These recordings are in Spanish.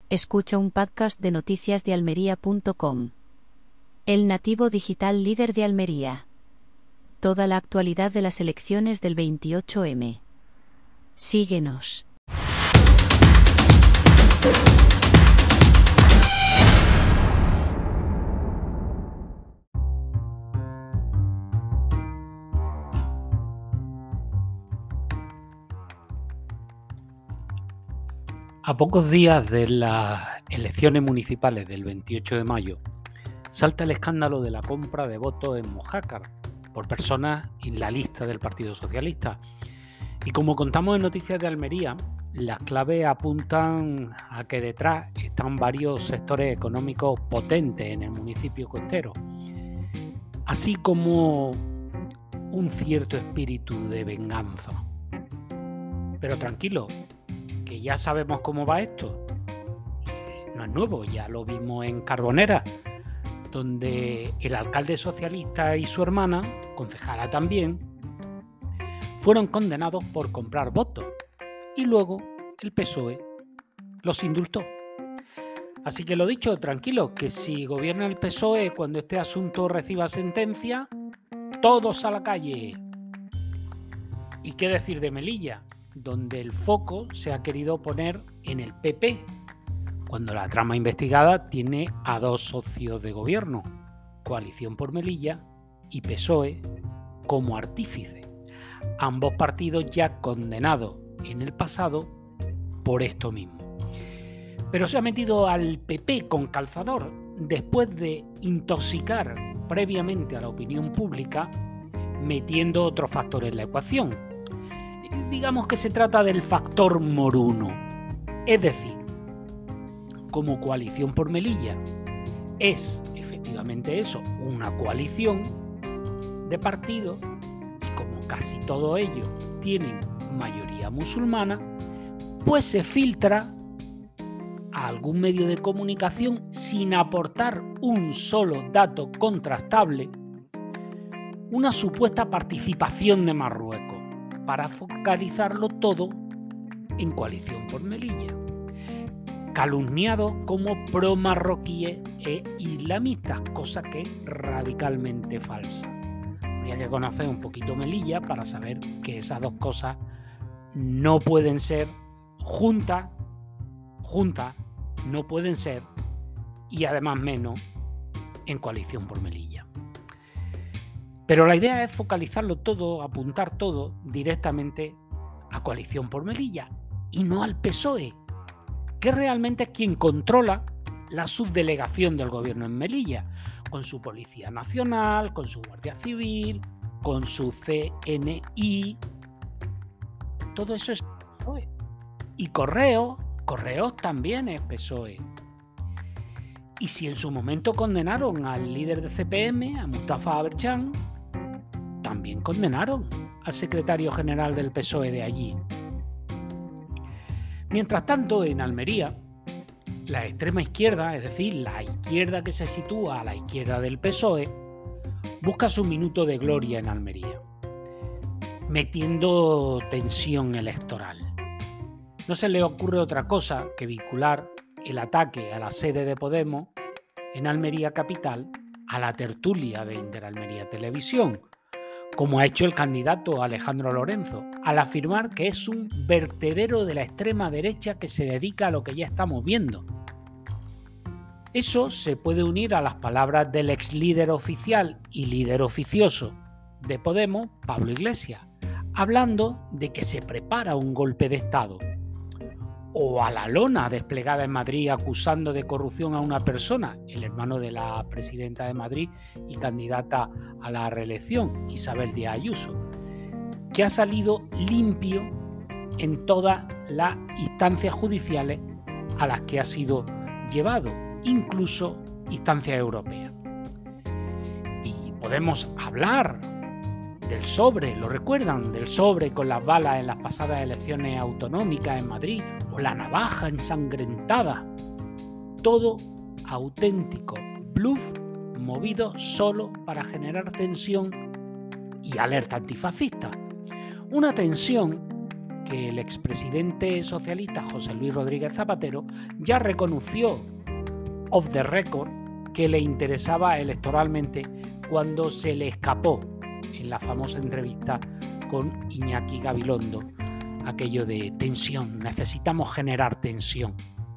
Escucha un podcast de noticias de Almería.com. El nativo digital líder de Almería. Toda la actualidad de las elecciones del 28M. Síguenos. A pocos días de las elecciones municipales del 28 de mayo, salta el escándalo de la compra de votos en Mojácar por personas en la lista del Partido Socialista. Y como contamos en Noticias de Almería, las claves apuntan a que detrás están varios sectores económicos potentes en el municipio costero, así como un cierto espíritu de venganza. Pero tranquilo, que ya sabemos cómo va esto. No es nuevo, ya lo vimos en Carbonera, donde el alcalde socialista y su hermana, concejala también, fueron condenados por comprar votos y luego el PSOE los indultó. Así que lo dicho, tranquilo, que si gobierna el PSOE cuando este asunto reciba sentencia, todos a la calle. ¿Y qué decir de Melilla, donde el foco se ha querido poner en el PP, cuando la trama investigada tiene a dos socios de gobierno, Coalición por Melilla y PSOE, como artífice? Ambos partidos ya condenados en el pasado por esto mismo. Pero se ha metido al PP con calzador después de intoxicar previamente a la opinión pública, metiendo otro factor en la ecuación. Digamos que se trata del factor moruno, es decir, como Coalición por Melilla es efectivamente eso, una coalición de partidos, y como casi todos ellos tienen mayoría musulmana, pues se filtra a algún medio de comunicación sin aportar un solo dato contrastable una supuesta participación de Marruecos para focalizarlo todo en Coalición por Melilla, calumniados como pro-marroquíes e islamistas, cosa que es radicalmente falsa. Habría que conocer un poquito Melilla para saber que esas dos cosas no pueden ser juntas, no pueden ser, y además menos en Coalición por Melilla. Pero la idea es focalizarlo todo, apuntar todo directamente a Coalición por Melilla y no al PSOE, que realmente es quien controla la subdelegación del gobierno en Melilla, con su Policía Nacional, con su Guardia Civil, con su CNI. Todo eso es PSOE. Y Correos también es PSOE. Y si en su momento condenaron al líder de CPM, a Mustafa Aberchán, también condenaron al secretario general del PSOE de allí. Mientras tanto, en Almería, la extrema izquierda, es decir, la izquierda que se sitúa a la izquierda del PSOE, busca su minuto de gloria en Almería, metiendo tensión electoral. No se le ocurre otra cosa que vincular el ataque a la sede de Podemos en Almería capital a la tertulia de Interalmería Televisión, como ha hecho el candidato Alejandro Lorenzo, al afirmar que es un vertedero de la extrema derecha que se dedica a lo que ya estamos viendo. Eso se puede unir a las palabras del ex líder oficial y líder oficioso de Podemos, Pablo Iglesias, hablando de que se prepara un golpe de Estado, o a la lona desplegada en Madrid acusando de corrupción a una persona, el hermano de la presidenta de Madrid y candidata a la reelección, Isabel Díaz Ayuso, que ha salido limpio en todas las instancias judiciales a las que ha sido llevado, incluso instancias europeas. Y podemos hablar del sobre, ¿lo recuerdan? Del sobre con las balas en las pasadas elecciones autonómicas en Madrid, o la navaja ensangrentada. Todo auténtico bluff movido solo para generar tensión y alerta antifascista. Una tensión que el expresidente socialista José Luis Rodríguez Zapatero ya reconoció off the record que le interesaba electoralmente cuando se le escapó en la famosa entrevista con Iñaki Gabilondo aquello de tensión, necesitamos generar tensión.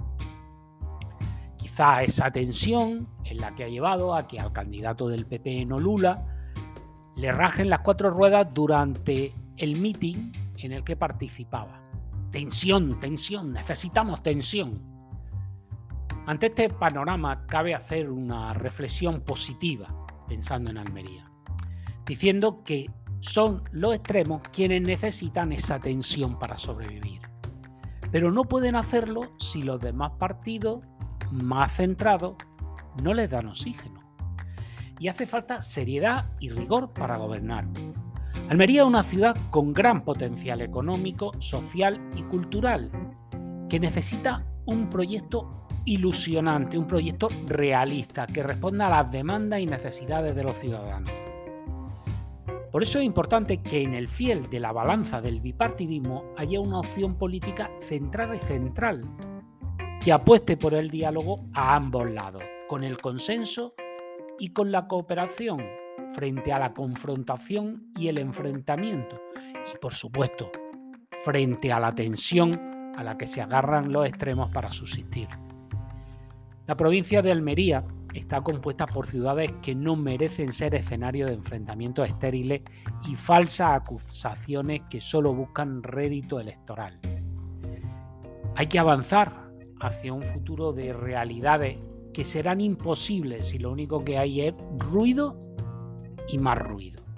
Quizá esa tensión es la que ha llevado a que al candidato del PP, Lula, le rajen las 4 ruedas durante el mitin en el que participaba. Tensión, necesitamos tensión. Ante este panorama cabe hacer una reflexión positiva pensando en Almería, diciendo que son los extremos quienes necesitan esa tensión para sobrevivir. Pero no pueden hacerlo si los demás partidos más centrados no les dan oxígeno. Y hace falta seriedad y rigor para gobernar. Almería es una ciudad con gran potencial económico, social y cultural, que necesita un proyecto ilusionante, un proyecto realista que responda a las demandas y necesidades de los ciudadanos. Por eso es importante que en el fiel de la balanza del bipartidismo haya una opción política centrada y central, que apueste por el diálogo a ambos lados, con el consenso y con la cooperación frente a la confrontación y el enfrentamiento, y por supuesto, frente a la tensión a la que se agarran los extremos para subsistir. La provincia de Almería está compuesta por ciudades que no merecen ser escenario de enfrentamientos estériles y falsas acusaciones que solo buscan rédito electoral. Hay que avanzar hacia un futuro de realidades que serán imposibles si lo único que hay es ruido y más ruido.